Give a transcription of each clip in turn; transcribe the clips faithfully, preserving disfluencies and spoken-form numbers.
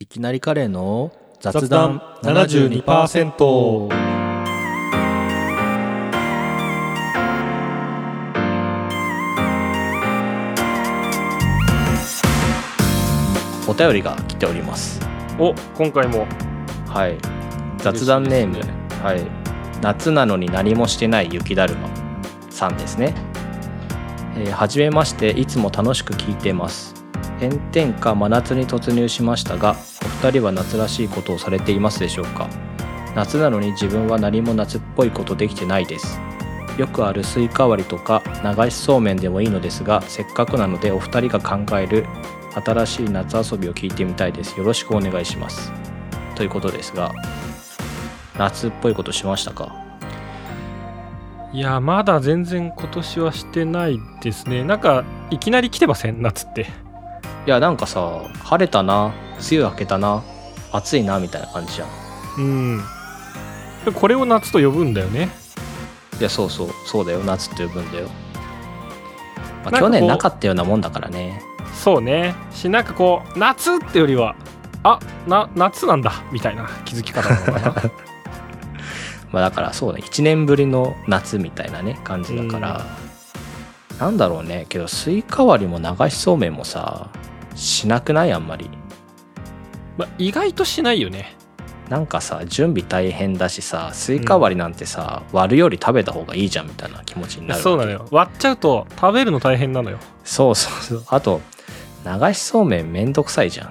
いきなりカレーの雑談 ななじゅうにパーセント。 お便りが来ております。 お、今回もはい雑談ネーム、ね、はい夏なのに何もしてない雪だるまさんですね。えー、はじめまして、いつも楽しく聞いています。炎天下真夏に突入しましたが、お二人は夏らしいことをされていますでしょうか？夏なのに自分は何も夏っぽいことできてないです。よくあるスイカ割りとか流しそうめんでもいいのですが、せっかくなのでお二人が考える新しい夏遊びを聞いてみたいです。よろしくお願いします。ということですが、夏っぽいことしましたか？ いやまだ全然今年はしてないですね。なんかいきなり来てません？夏って。 いやなんかさ、晴れたな、梅雨明けたな、暑いなみたいな感じじゃん。 うんこれを夏と呼ぶんだよね。 いやそうそうそうだよ、夏って呼ぶんだよ。まあ、去年なかったようなもんだからね。 そうね。しなんかこう夏ってよりはあな夏なんだみたいな気づき方なのかなまあだからそうね、いちねんぶりの夏みたいなね感じだから、んなんだろうね。けどスイカ割りも流しそうめんもさしなくない？あんまり、 まあ、意外としないよね。 なんかさ準備大変だしさ、スイカ割りなんてさ、うん、割るより食べた方がいいじゃんみたいな気持ちになるわけ。 そうなのよ。割っちゃうと食べるの大変なのよ。 そうそうそう。あと流しそうめんめんどくさいじゃん。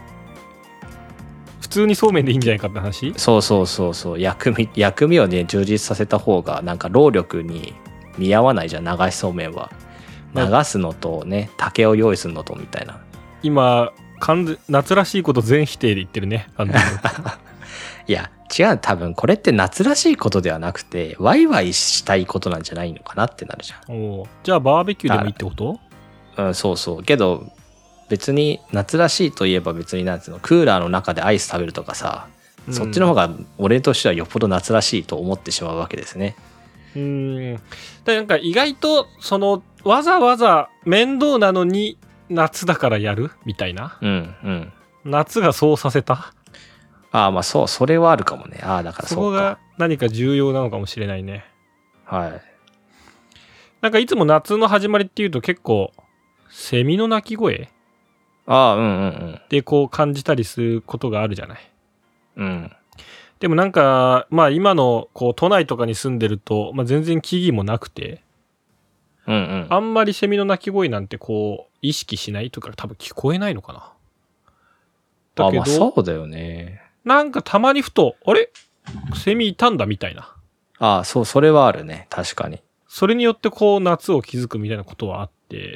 普通にそうめんでいいんじゃないかって話。 そうそうそうそう。薬味薬味をね充実させた方がなんか労力に見合わないじゃん、流しそうめんは。流すのとね、竹を用意するのとみたいな。 今完夏らしいこと全否定で言ってるね。 いや違う、多分これって夏らしいことではなくてワイワイしたいことなんじゃないのかなってなるじゃん。 おじゃあバーベキューでもいいってこと？ うん、そうそう。けど別に夏らしいといえば別になんつうの、クーラーの中でアイス食べるとかさ、うん、そっちの方が俺としてはよっぽど夏らしいと思ってしまうわけですね。 うーん。でなんか意外とそのわざわざ面倒なのに夏だからやるみたいな。 うんうん。 夏がそうさせた。 ああまあそう、それはあるかもね。ああだからそうか。そこが何か重要なのかもしれないね。 はい。 なんかいつも夏の始まりっていうと結構セミの鳴き声ああうんうんうんでこう感じたりすることがあるじゃない。 うん。 でもなんかまあ今のこう都内とかに住んでると、まあ、全然木々もなくて、 うんうん、 あんまりセミの鳴き声なんてこう意識しないというか多分聞こえないのかな。 だけどあ、まあそうだよね。 なんかたまにふとあれセミいたんだみたいな。 ああそう、それはあるね。確かに。 それによってこう夏を気づくみたいなことはあって、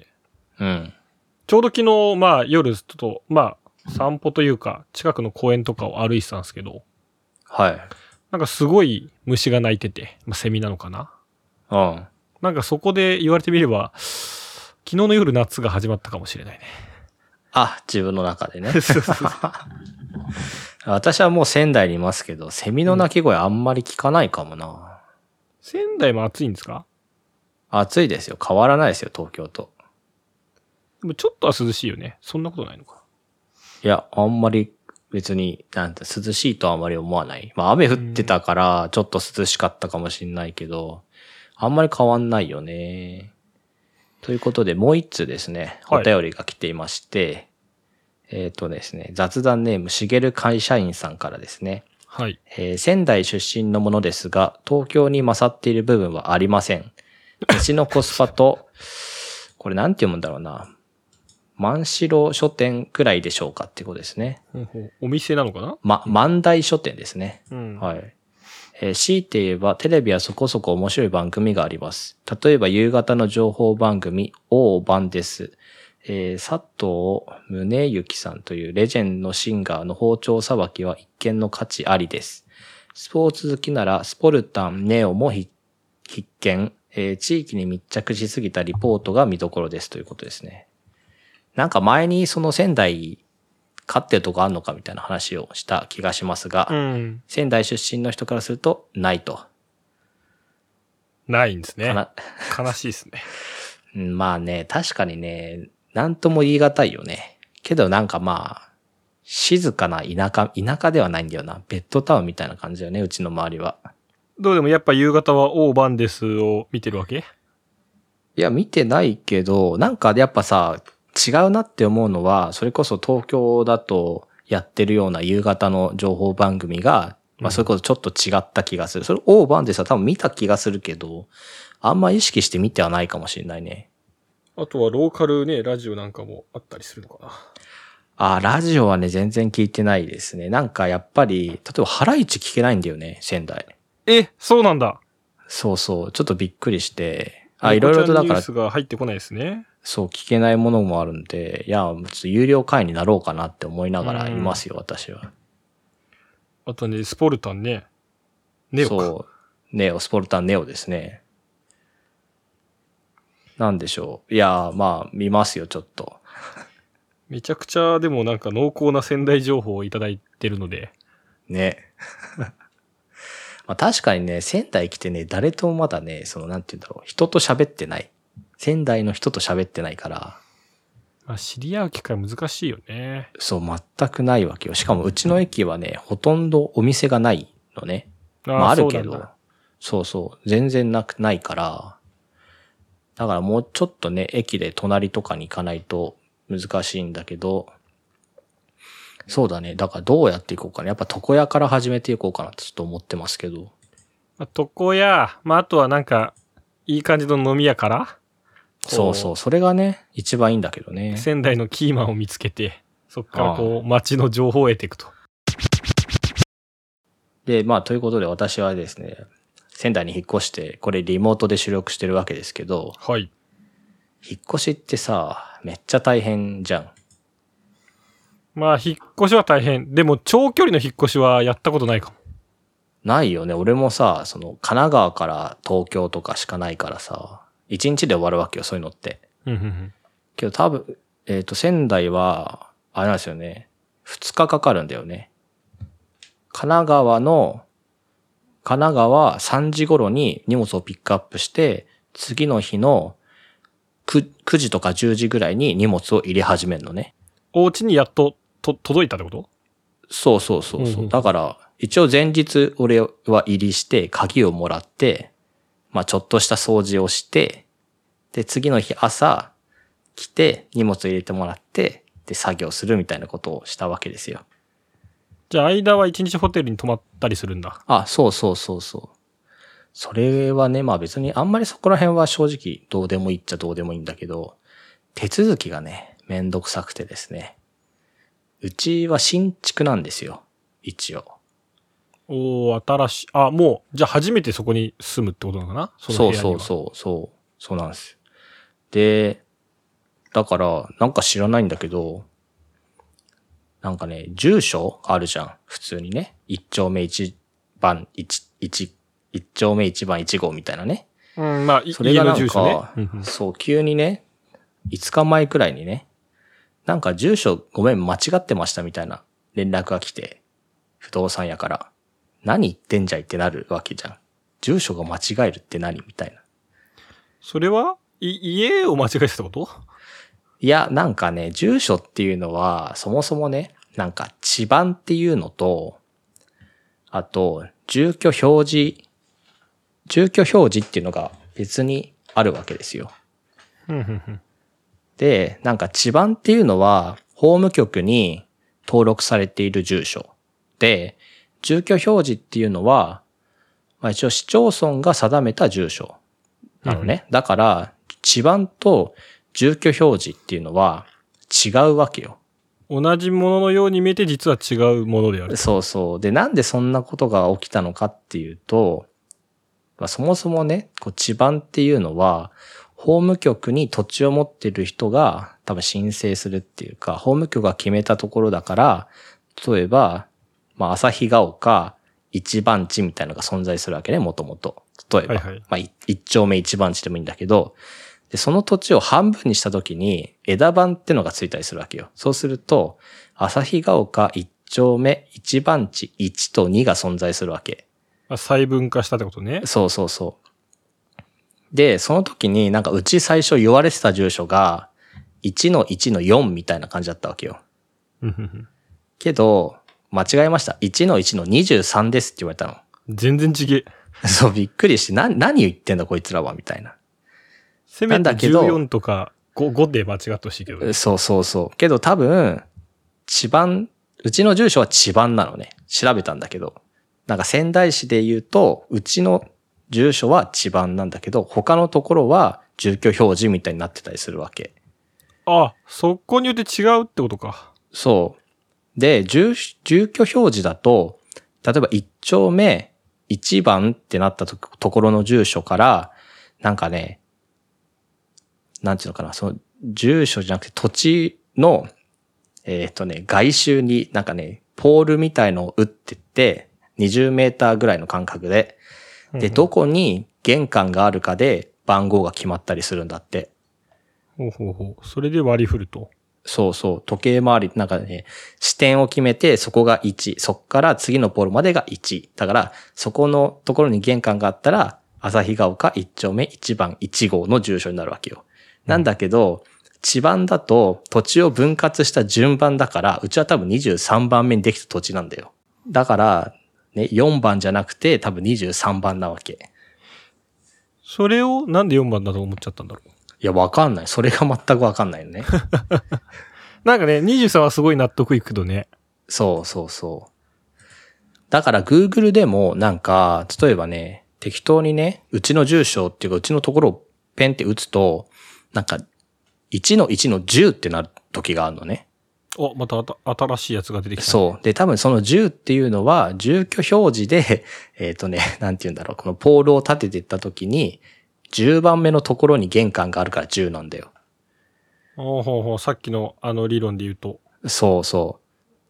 うん。 ちょうど昨日まあ夜ちょっとまあ散歩というか近くの公園とかを歩いてたんですけど、 はい。 なんかすごい虫が鳴いてて、まあ、セミなのかな。 うん。 なんかそこで言われてみれば昨日の夜夏が始まったかもしれないね。 あ、自分の中でね。私はもう仙台にいますけど、セミの鳴き声あんまり聞かないかもな。うん、 仙台も暑いんですか？ 暑いですよ。変わらないですよ、東京と。 でもちょっとは涼しいよね。そんなことないのか。 いや、あんまり別になんて涼しいとはあまり思わない。まあ雨降ってたからちょっと涼しかったかもしれないけど、あんまり変わんないよね。ということでもう一通ですね、お便りが来ていまして、はい、えっとですね、雑談ネームしげる会社員さんからですね。 はい。 えー、仙台出身のものですが、東京に勝っている部分はありません。飯のコスパと、これなんて読むんだろうな。万代書店くらいでしょうかっていうことですね。 ほうほう、お店なのかな？ ま、万代書店ですね。 うん、 はい。えー、強いて言えばテレビはそこそこ面白い番組があります。例えば夕方の情報番組、オーバンです。えー、佐藤宗幸さんというレジェンドシンガーの包丁さばきは一見の価値ありです。スポーツ好きならスポルタン、ネオも必見、えー。地域に密着しすぎたリポートが見どころですということですね。なんか前にその仙台勝ってるとこあんのかみたいな話をした気がしますが、 うん、 仙台出身の人からするとないと。 ないんですね。悲しいですね。 まあね、確かにね、なんとも言い難いよね。けどなんかまあ、 静かな田舎、田舎ではないんだよな。ベッドタウンみたいな感じだよね、うちの周りは。 どうでもやっぱ夕方はオーバンデスを見てるわけ？ いや、見てないけど、なんかやっぱさ、違うなって思うのは、それこそ東京だとやってるような夕方の情報番組が、まあそれこそちょっと違った気がする。それオーバンデスは多分見た気がするけど、あんま意識して見てはないかもしれないね。 あとはローカルね、ラジオなんかもあったりするのかな。 ああ、ラジオはね、全然聞いてないですね。なんかやっぱり、例えばハライチ聞けないんだよね、仙台。 え、そうなんだ。 そうそう、ちょっとびっくりして、あ、いろいろとだから、 ニュースが入ってこないですね。 そう、聞けないものもあるんで、いや、ちょっと有料会員になろうかなって思いながらいますよ、私は。 あとね、スポルタンね。ネオか。 そう、ネオ、スポルタンネオですね。なんでしょう。いや、まあ、見ますよ、ちょっと。 めちゃくちゃ、でもなんか濃厚な仙台情報をいただいてるので。 ね。まあ確かにね、仙台来てね、誰ともまだね、その、なんて言うんだろう、人と喋ってない。仙台の人と喋ってないから。 まあ、知り合う機会難しいよね。 そう、全くないわけよ。しかも、うちの駅はね、ほとんどお店がないのね。 あ、 まあ、あるけど、 そうそうそう、全然なく、ないから、だからもうちょっとね、駅で隣とかに行かないと難しいんだけど、そうだね。だからどうやっていこうかね。やっぱ床屋から始めていこうかなってちょっと思ってますけど。 まあ、床屋、まあ、あとはなんか、いい感じの飲み屋からそうそう。それがね、一番いいんだけどね。 仙台のキーマンを見つけて、そっからこう、街の情報を得ていくと。 で、まあ、ということで私はですね、仙台に引っ越して、これリモートで収録してるわけですけど、 はい。 引っ越しってさ、めっちゃ大変じゃん。 まあ、引っ越しは大変。でも、長距離の引っ越しはやったことないかも。 ないよね。俺もさ、その、神奈川から東京とかしかないからさ、一日で終わるわけよ、そういうのって。 うんうんうん。 けど多分、えっと、仙台は、あれなんですよね。二日かかるんだよね。神奈川の、神奈川さんじ頃に荷物をピックアップして、次の日の 9, 9時とかじゅうじぐらいに荷物を入れ始めるのね。 お家にやっと、と、届いたってこと？ そうそうそうそう。 うんうん、 だから、一応前日俺は入りして、鍵をもらって、まあちょっとした掃除をして、で、次の日朝来て荷物入れてもらって、で、作業するみたいなことをしたわけですよ。 じゃあ間は一日ホテルに泊まったりするんだ。 あ、そうそうそうそう。それはね、まあ別にあんまりそこら辺は正直どうでもいいっちゃどうでもいいんだけど、手続きがね、めんどくさくてですね。うちは新築なんですよ。一応。 おー、新しい。あ、もう、じゃあ初めてそこに住むってことなのかな？その部屋には。 そうそうそう、そう、そうなんです。で、だから、なんか知らないんだけど、なんかね、住所あるじゃん。普通にね。一丁目一番、一、一、一丁目一番一号みたいなね。 うん、まあ、 それがなんか、 家の住所ね。 そう、急にね、いつかまえくらいにね、なんか住所ごめん間違ってましたみたいな連絡が来て、不動産屋から、何言ってんじゃいってなるわけじゃん。住所が間違えるって何みたいな。 それはい家を間違えてたこと？ いや、なんかね、住所っていうのは、そもそもね、なんか地番っていうのと、あと、住居表示、住居表示っていうのが別にあるわけですよ。で、なんか地番っていうのは、法務局に登録されている住所。で、住居表示っていうのは、まあ一応市町村が定めた住所なのね。だから、地番と住居表示っていうのは違うわけよ。 同じもののように見えて実は違うものである。 そうそう。で、なんでそんなことが起きたのかっていうと、まあ、そもそもね、こう地番っていうのは、法務局に土地を持っている人が多分申請するっていうか、法務局が決めたところだから、例えば、まあ、旭ヶ丘一番地みたいなのが存在するわけね、もともと。例えば、はいはい、まあ、一丁目一番地でもいいんだけど、で、その土地を半分にしたときに枝番ってのがついたりするわけよ。そうすると、旭ヶ丘一丁目一番地いちとにが存在するわけ。 細分化したってことね。 そうそうそう。で、その時になんかうち最初言われてた住所がいちのいちのよんみたいな感じだったわけよ。 けど、間違えました。いちのいちのにじゅうさんですって言われたの。 全然違え。 そう、びっくりして、な、何言ってんだこいつらは、みたいな。 せめてじゅうよんとか ご, ごで間違ってほしいけど、ね。 そうそうそう。けど多分、地番、うちの住所は地番なのね。調べたんだけど。なんか仙台市で言うと、うちの住所は地番なんだけど、他のところは住居表示みたいになってたりするわけ。 あ、そこによって違うってことか。 そう。で、住、住居表示だと、例えばいち丁目いち番ってなったと、ところの住所から、なんかね、なんていうのかな、その住所じゃなくて土地の、えっとね、外周になんかね、ポールみたいのを打ってって、にじゅうメーターぐらいの間隔で、で、どこに玄関があるかで番号が決まったりするんだって。 ほうほうほう。それで割り振ると。 そうそう。時計回り、なんかね、視点を決めて、そこがいち。そこから次のポールまでがいち。だから、そこのところに玄関があったら、旭ヶ丘いち丁目いち番いち号の住所になるわけよ。なんだけど、地番だと土地を分割した順番だから、うちは多分にじゅうさんばんめにできた土地なんだよ。だから、ね、よんばんじゃなくて多分にじゅうさんばんなわけ。 それをなんでよんばんだと思っちゃったんだろう。 いや、わかんない。それが全くわかんないよね。 なんかね、にじゅうさんはすごい納得いくけどね。 そうそうそう。だから Google でもなんか、例えばね、適当にね、うちの住所っていうかうちのところをペンって打つと、なんか、いちのいちのじゅうってなる時があるのね。 お、またあた新しいやつが出てきた、ね。 そう。で、多分そのじゅうっていうのは、住居表示で、えっとね、なんて言うんだろう、このポールを立てていった時に、じゅうばんめのところに玄関があるからじゅうなんだよ。 おほうほう、さっきのあの理論で言うと。 そうそう。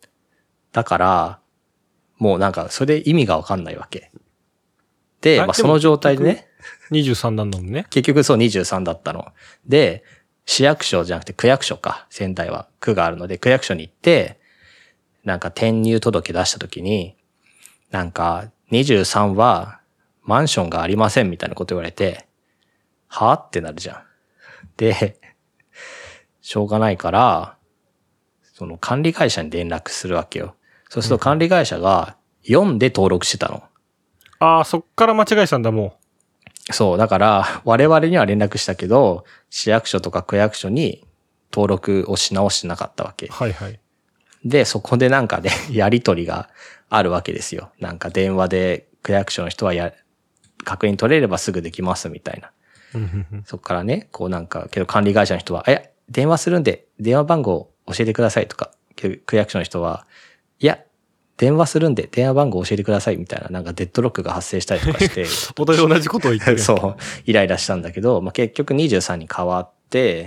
だから、もうなんか、それで意味がわかんないわけ。で、まあその状態でね。 にじゅうさんなんだもんね。 結局そうにじゅうさんだったの。で、市役所じゃなくて区役所か。仙台は区があるので、区役所に行って、なんか転入届出したときに、なんかにじゅうさんはマンションがありませんみたいなこと言われて、はぁってなるじゃん。で、しょうがないから、その管理会社に連絡するわけよ。そうすると管理会社がよんで登録してたの。 ああ、そっから間違えたんだ、もう。そう、だから我々には連絡したけど、市役所とか区役所に登録をし直してなかったわけ。 はいはい。 で、そこでなんかね、やりとりがあるわけですよ。なんか電話で区役所の人はや、確認取れればすぐできますみたいな。そこからね、こうなんか、けど管理会社の人は、え、電話するんで電話番号教えてくださいとか、区役所の人は、いや、電話するんで電話番号教えてくださいみたいな、なんかデッドロックが発生したりとかして。 お互い同じことを言ってる。 そう、イライラしたんだけど、まあ、結局にじゅうさんに変わって、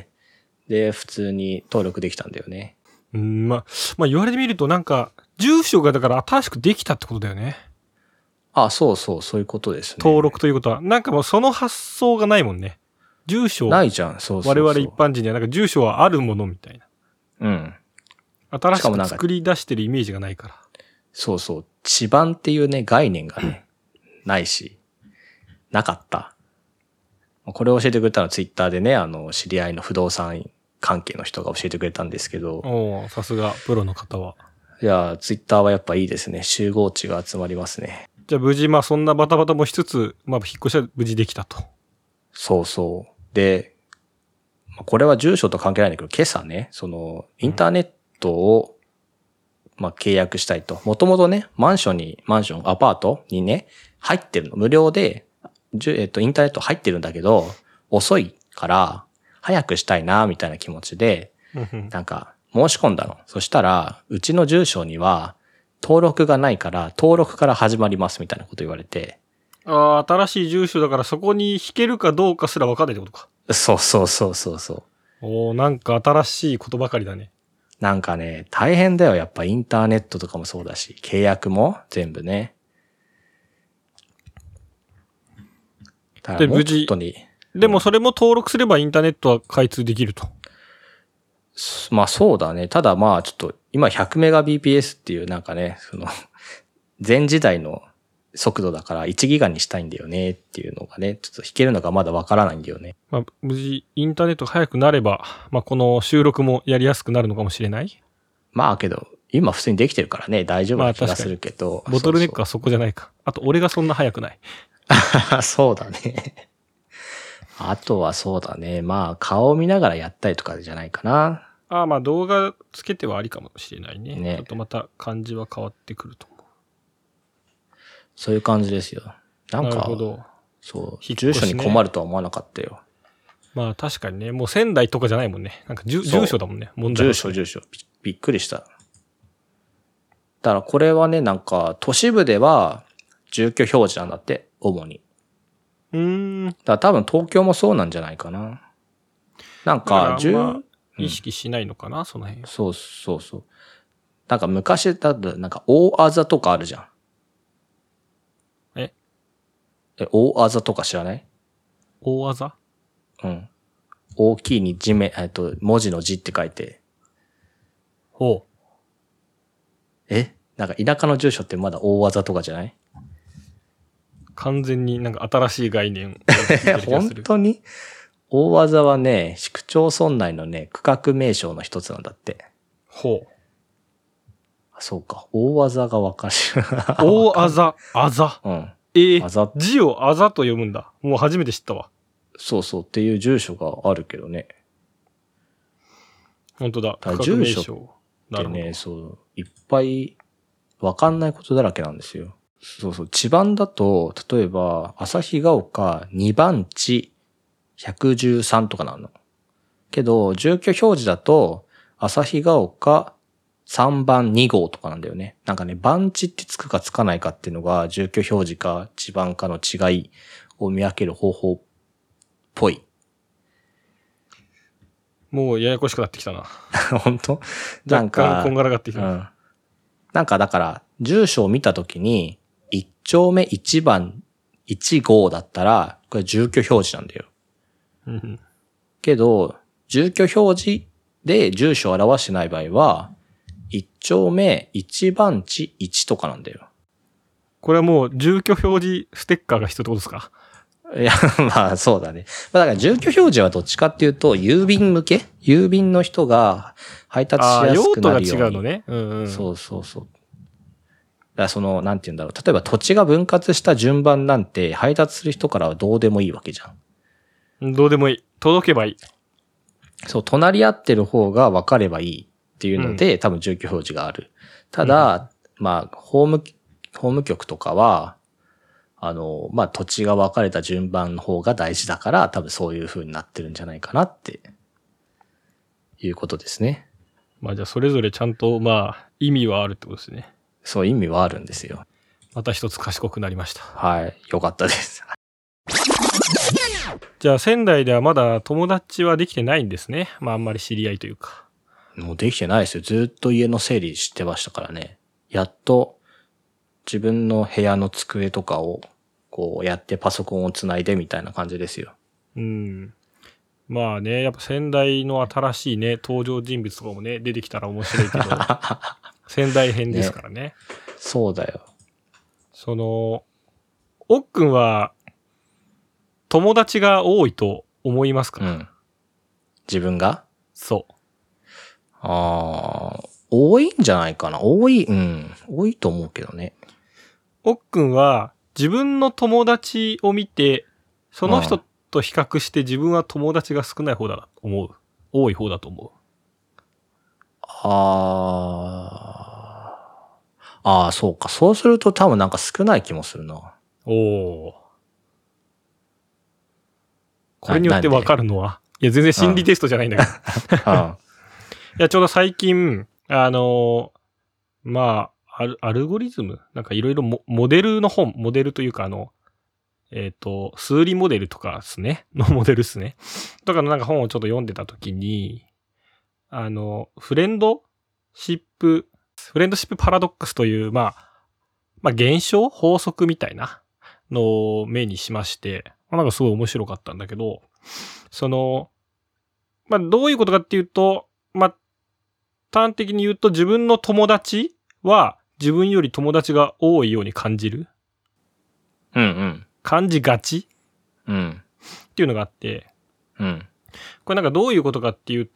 で、普通に登録できたんだよね。 うん、まあ、まあ言われてみるとなんか、住所がだから新しくできたってことだよね。 あ、そうそう、そういうことですね。 登録ということは。なんかもうその発想がないもんね。住所。 ないじゃん、そうそうそう。 我々一般人にはなんか住所はあるものみたいな。 うん。 新しく作り出してるイメージがないから。 そうそう。地番っていうね、概念がね、ないし、なかった。これを教えてくれたのはツイッターでね、あの、知り合いの不動産関係の人が教えてくれたんですけど。 おー、さすが、プロの方は。 いや、ツイッターはやっぱいいですね。集合値が集まりますね。 じゃあ無事、まあそんなバタバタもしつつ、まあ引っ越しは無事できたと。 そうそう。で、これは住所と関係ないんだけど、今朝ね、その、インターネットを、まあ契約したいと。もともとね、マンションに、マンション、アパートにね、入ってるの。無料で、えっと、インターネット入ってるんだけど、遅いから、早くしたいな、みたいな気持ちで、なんか、申し込んだの。そしたら、うちの住所には、登録がないから、登録から始まります、みたいなこと言われて。 ああ、新しい住所だからそこに引けるかどうかすら分かんないってことか。 そうそうそうそうそう。 おー、なんか新しいことばかりだね。 なんかね、大変だよ。やっぱインターネットとかもそうだし、契約も全部ね。 で、無事。でもそれも登録すればインターネットは開通できると。 まあそうだね。ただまあちょっと今 ひゃくメガビーピーエス っていうなんかね、その前時代の速度だからいちギガにしたいんだよねっていうのがね、ちょっと弾けるのがまだわからないんだよね。 まあ無事インターネットが速くなれば、まあこの収録もやりやすくなるのかもしれない。 まあけど今普通にできてるからね、大丈夫な気がするけど。 ボトルネックはそこじゃないか。あと、俺がそんな早くない。 そうだね。あとはそうだね。まあ、顔を見ながらやったりとかじゃないかな。 ああ、まあ動画つけてはありかもしれないね。 ね。 ちょっとまた感じは変わってくると思う。 そういう感じですよ。なんか、 なるほど。 そう、住所に困るとは思わなかったよ。 まあ確かにね、もう仙台とかじゃないもんね。なんか住所だもんね。問題、 住所、住所び。びっくりした。だからこれはね、なんか都市部では住居表示なんだって、主に。 うーん。だから多分東京もそうなんじゃないかな。なんか、住、 まあ、意識しないのかな、うん、その辺。 そうそうそう。なんか昔だとなんか大あざとかあるじゃん。 ええ、大あざとか知らない？ 大あざ？ うん。大きいに字面、えっと、文字の字って書いて。 ほう。 え？なんか田舎の住所ってまだ大あざとかじゃない？ 完全になんか新しい概念。 本当に？大あざはね、市区町村内のね、区画名称の一つなんだって。 ほう。 そうか。大あざがわかる。 大あざ、あざ。 うん。 ええー、字をあざと読むんだ。もう初めて知ったわ。 そうそうっていう住所があるけどね。 本当だ。 住所ってね、そう、いっぱいわかんないことだらけなんですよ。そうそう。地番だと、例えば、旭ヶ丘にばん地ひゃくじゅうさんとかなの。けど、住居表示だと、旭ヶ丘さんばんに号とかなんだよね。なんかね、番地ってつくかつかないかっていうのが、住居表示か地番かの違いを見分ける方法っぽい。 もうややこしくなってきたな。 本当？なんか、 若干こんがらがってきた。 うん。なんかだから、住所を見たときに、いち丁目いちばんいち号だったら、これ住居表示なんだよ。 うん、 けど、住居表示で住所を表してない場合は、いち丁目いち番地いちとかなんだよ。 これはもう住居表示ステッカーが必要ってことですか？ いや、まあそうだね。だから住居表示はどっちかっていうと、郵便向け？郵便の人が配達しやすくなるように。 用途が違うのね。うんうん。 そうそうそう。だからその、なんて言うんだろう。例えば土地が分割した順番なんて配達する人からはどうでもいいわけじゃん。どうでもいい。届けばいい。 そう、隣り合ってる方が分かればいいっていうので、うん、多分住居表示がある。ただ、うん、まあ、法務、法務局とかは、あの、まあ、土地が分かれた順番の方が大事だから、多分そういう風になってるんじゃないかなっていうことですね。 まあ、じゃあそれぞれちゃんと、まあ、意味はあるってことですね。 そう、意味はあるんですよ。 また一つ賢くなりました。 はい、よかったです。 じゃあ仙台ではまだ友達はできてないんですね。まああんまり知り合いというか。 もうできてないですよ。ずっと家の整理してましたからね。やっと自分の部屋の机とかをこうやってパソコンをつないでみたいな感じですよ。 うん。まあね、やっぱ仙台の新しいね、登場人物とかもね、出てきたら面白いけど、仙台編ですからね。ね、 そうだよ。 その、おっくんは、友達が多いと思いますか？うん。 自分が？ そう。 ああ、多いんじゃないかな。多い、うん。多いと思うけどね。 おっくんは自分の友達を見て、その人と比較して自分は友達が少ない方だと思う。多い方だと思う。 ああ。ああ、そうか。そうすると多分なんか少ない気もするな。 おお。これによって分かるのは、いや全然心理テストじゃないんだけど。うん、いやちょうど最近、あのー、まあ、アル、アルゴリズムなんかいろいろモデルの本、モデルというかあの、えっと、数理モデルとかですね。のモデルですね。とかのなんか本をちょっと読んでたときに、あの、フレンドシップ、フレンドシップパラドックスという、まあ、まあ現象法則みたいなのを目にしまして、なんかすごい面白かったんだけど、その、まあ、どういうことかっていうと、まあ、端的に言うと自分の友達は自分より友達が多いように感じる。 うんうん。 感じがち。 うん。 っていうのがあって、 うん。 これなんかどういうことかっていうと、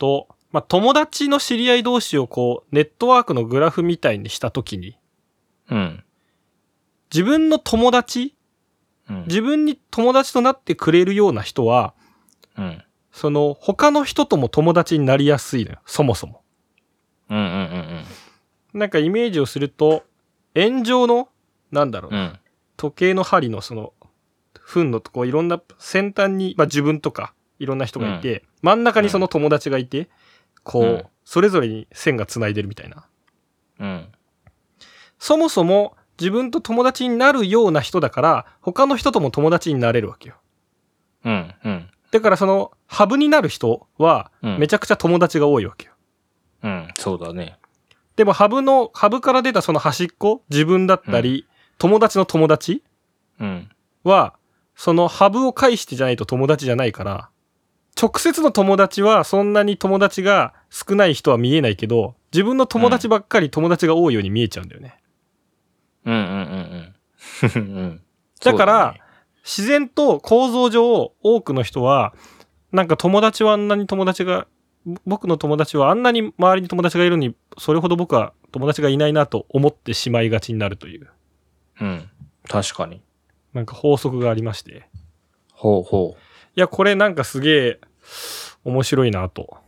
まあ、友達の知り合い同士をこう、ネットワークのグラフみたいにしたときに、 うん。 自分の友達、 うん、 自分に友達となってくれるような人は、 うん。 その、他の人とも友達になりやすいのよ、そもそも。 うんうんうんうん。 なんかイメージをすると、円状の、なんだろうな、 うん、 時計の針のその、分のとこいろんな先端に、まあ自分とかいろんな人がいて、うん、真ん中にその友達がいて、こう、うん、それぞれに線が繋いでるみたいな。 うん。 そもそも自分と友達になるような人だから、他の人とも友達になれるわけよ。 うんうん。 だからその、ハブになる人は、めちゃくちゃ友達が多いわけよ。 うん、うん、そうだね。 でもハブの、ハブから出たその端っこ、自分だったり、うん、友達の友達は、そのハブを介してじゃないと友達じゃないから、直接の友達はそんなに友達が少ない人は見えないけど、自分の友達ばっかり友達が多いように見えちゃうんだよね。 うんうんうんうん。 だから、ね、自然と構造上多くの人は、なんか友達はあんなに友達が、僕の友達はあんなに周りに友達がいるのに、それほど僕は友達がいないなと思ってしまいがちになるという。 うん。確かに。 なんか法則がありまして。 ほうほう。 いや、これなんかすげえ面白いなと。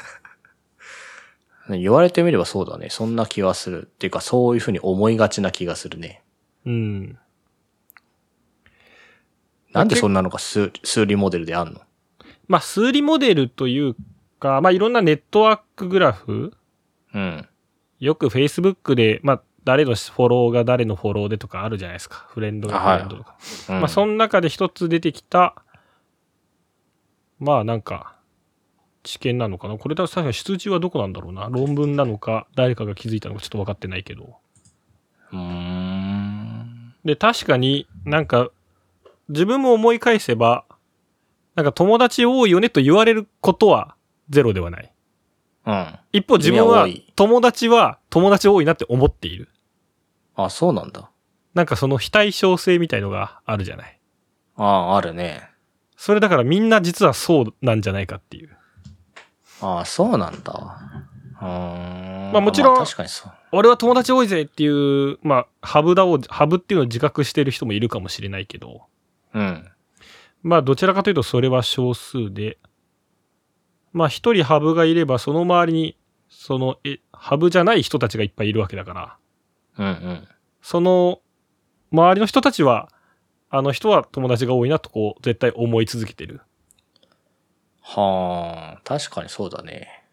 言われてみればそうだね。そんな気がする。っていうか、そういうふうに思いがちな気がするね。 うん。 なんでそんなのが数数理モデルであんの？ まあ、数理モデルというか、まあ、いろんなネットワークグラフ。 うん。 よく Facebook で、まあ、誰のフォローが誰のフォローでとかあるじゃないですか。フレンドがフレンドとか。はい、うん、まあ、その中で一つ出てきた、まあ、なんか、知見なのかな。これだと確かに出自はどこなんだろうな。論文なのか、誰かが気づいたのかちょっと分かってないけど。 うーん。 で、確かになんか、自分も思い返せば、なんか友達多いよねと言われることはゼロではない。 うん。 一方自分は友達は友達多いなって思っている。 あ、そうなんだ。 なんかその非対称性みたいのがあるじゃない。 ああ、あるね。 それだからみんな実はそうなんじゃないかっていう。 ああ、そうなんだ。うーん。 まあもちろん、 まあ、確かにそう。 俺は友達多いぜっていう、まあハブだを、ハブっていうのを自覚してる人もいるかもしれないけど。 うん。 まあどちらかというとそれは少数で、まあ一人ハブがいればその周りにそのえハブじゃない人たちがいっぱいいるわけだから、 うんうん、 その周りの人たちはあの人は友達が多いなとこう絶対思い続けてる。 はあ、確かにそうだね。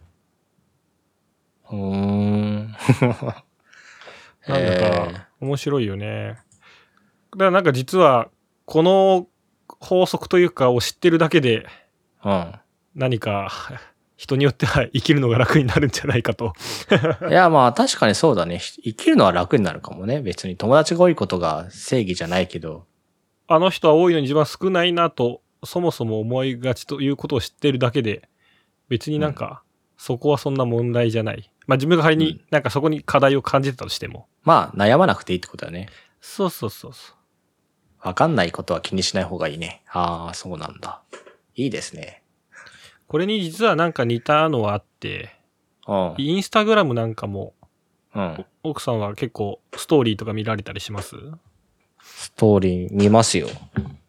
うーん。 なんだか面白いよね。だからなんか実はこの法則というかを知ってるだけで、 うん、 何か人によっては生きるのが楽になるんじゃないかと。 いやまあ確かにそうだね。生きるのは楽になるかもね。別に友達が多いことが正義じゃないけど。 あの人は多いのに自分は少ないなとそもそも思いがちということを知ってるだけで、別になんか、そこはそんな問題じゃない。まあ自分が仮になんかそこに課題を感じてたとしても。 うん、まあ悩まなくていいってことだね。 そうそうそうそう。 わかんないことは気にしない方がいいね。ああ、そうなんだ。いいですね。 これに実はなんか似たのはあって、 うん、 インスタグラムなんかも、 うん、 奥さんは結構ストーリーとか見られたりします？ ストーリー見ますよ。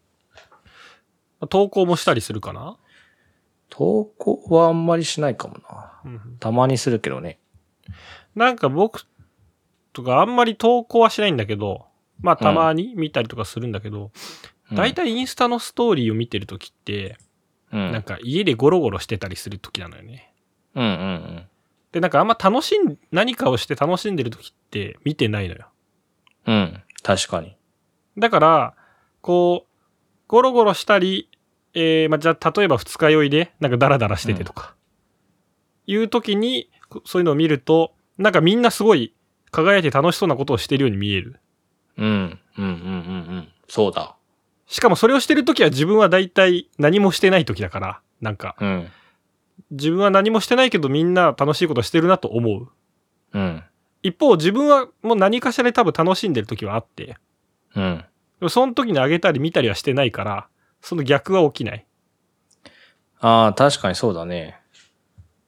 投稿もしたりするかな？ 投稿はあんまりしないかもな。うん、たまにするけどね。 なんか僕とかあんまり投稿はしないんだけど、まあたまに見たりとかするんだけど、だいたいインスタのストーリーを見てるときって、うん、なんか家でゴロゴロしてたりするときなのよね。 うんうんうん。 で、なんかあんま楽しん、何かをして楽しんでるときって見てないのよ。 うん、確かに。 だから、こう、ゴロゴロしたり、えー、まあ、じゃあ例えば二日酔いで、なんかダラダラしててとか、うん、いうときに、そういうのを見ると、なんかみんなすごい輝いて楽しそうなことをしてるように見える。 うん、うん、うん、うん、うん。そうだ。 しかもそれをしてるときは自分は大体何もしてないときだから、なんか、 うん、 自分は何もしてないけどみんな楽しいことしてるなと思う。 うん。 一方自分はもう何かしらで多分楽しんでるときはあって、 うん。 その時にあげたり見たりはしてないから、その逆は起きない。 ああ、確かにそうだね。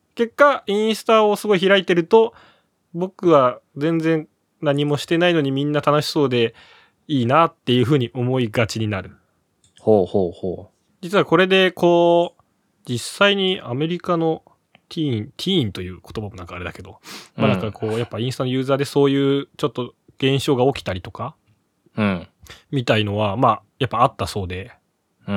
結果インスタをすごい開いてると、僕は全然何もしてないのにみんな楽しそうでいいなっていう風に思いがちになる。 ほうほうほう。 実はこれでこう実際にアメリカのティーンティーンという言葉もなんかあれだけど、まあなんかこうやっぱインスタのユーザーでそういうちょっと現象が起きたりとか、 うん、 みたいのはまあやっぱあったそうで、 うんうん、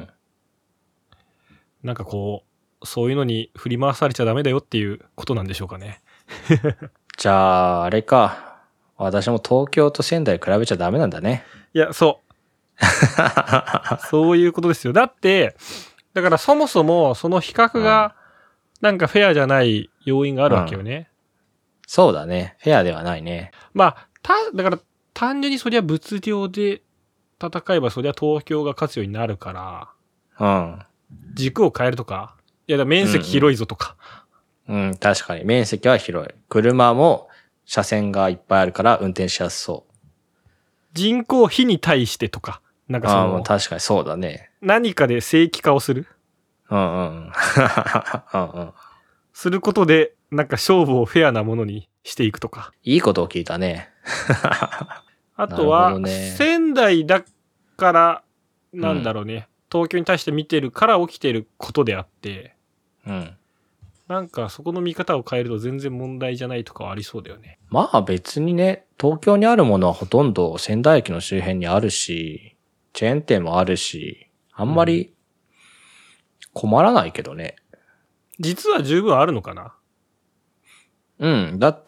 なんかこうそういうのに振り回されちゃダメだよっていうことなんでしょうかね。 じゃああれか、私も東京と仙台比べちゃダメなんだね。 いやそうそういうことですよ。だってだからそもそもその比較がなんかフェアじゃない要因があるわけよね。うん、 そうだね。フェアではないね。 まあただから単純にそりゃ物量で戦えばそりゃ東京が勝つようになるから、 うん、 軸を変えるとか、いやだ面積広いぞとか、 うん、うん、確かに面積は広い。車も車線がいっぱいあるから運転しやすそう。 人口比に対してとか、なんかそのあ、確かにそうだね。 何かで正規化をする、 うんうん、うんうん、 することでなんか勝負をフェアなものにしていくとか。 いいことを聞いたね。 あとは、ね、仙台だからなんだろうね、うん、東京に対して見てるから起きてることであって、 うん、 なんかそこの見方を変えると全然問題じゃないとかはありそうだよね。 まあ別にね、東京にあるものはほとんど仙台駅の周辺にあるし、チェーン店もあるし、あんまり困らないけどね。 うん、実は十分あるのかな？ うん。だって、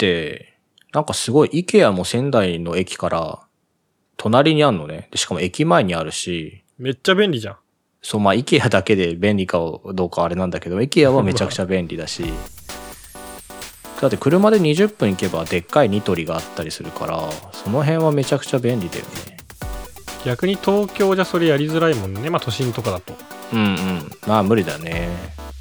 なんかすごい IKEA も仙台の駅から隣にあるのね。でしかも駅前にあるし。 めっちゃ便利じゃん。 そう、まあ IKEA だけで便利かどうかあれなんだけど、IKEA はめちゃくちゃ便利だし。だって車でにじゅっぷん行けばでっかいニトリがあったりするから、その辺はめちゃくちゃ便利だよね。 逆に東京じゃそれやりづらいもんね。まあ都心とかだと。 うんうん。まあ無理だね。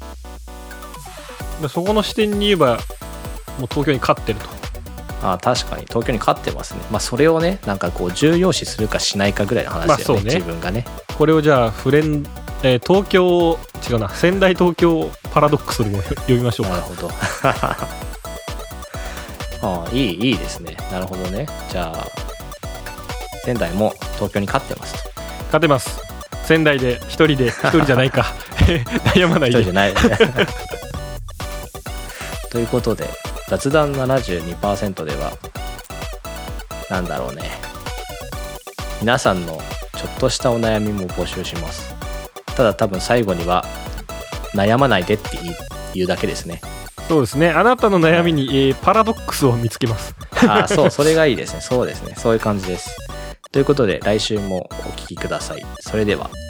そこの視点に言えば、もう東京に勝ってると。 ああ、確かに東京に勝ってますね。まあそれをね、なんかこう重要視するかしないかぐらいの話だよね。まあそうね、自分がね。これをじゃあフレン、えー、東京違うな仙台東京パラドックスでも呼びましょうか。 なるほど。ああ、いいいいですね。なるほどね。じゃあ仙台も東京に勝ってます。 勝てます。仙台で一人で一人じゃないか悩まないで。一人じゃない。 ということで雑談 ななじゅうにパーセント ではなんだろうね、皆さんのちょっとしたお悩みも募集します。ただ多分最後には悩まないでって言うだけですね。 そうですね。あなたの悩みに、えー、パラドックスを見つけます。 ああ、そうそれがいいですね。そうですね。そういう感じです。ということで来週もお聞きください。それでは。